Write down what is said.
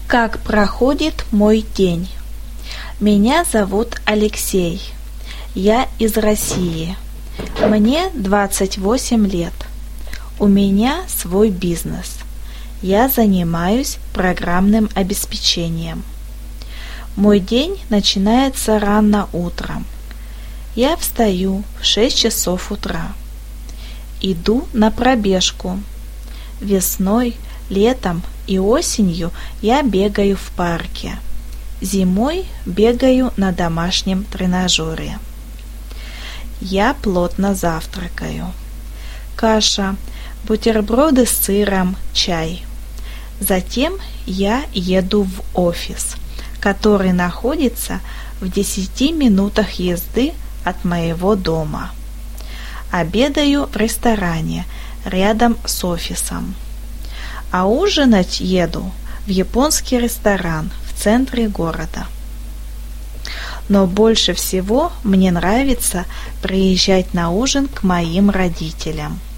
Как проходит мой день? Меня зовут Алексей. Я из России. Мне 28 лет. У меня свой бизнес. Я занимаюсь программным обеспечением. Мой день начинается рано утром. Я встаю в 6 часов утра. Иду на пробежку. Весной, летом и осенью я бегаю в парке. Зимой бегаю на домашнем тренажере. Я плотно завтракаю. Каша, бутерброды с сыром, чай. Затем я еду в офис, который находится в 10 минутах езды от моего дома. Обедаю в ресторане рядом с офисом. А ужинать еду в японский ресторан в центре города. Но больше всего мне нравится приезжать на ужин к моим родителям.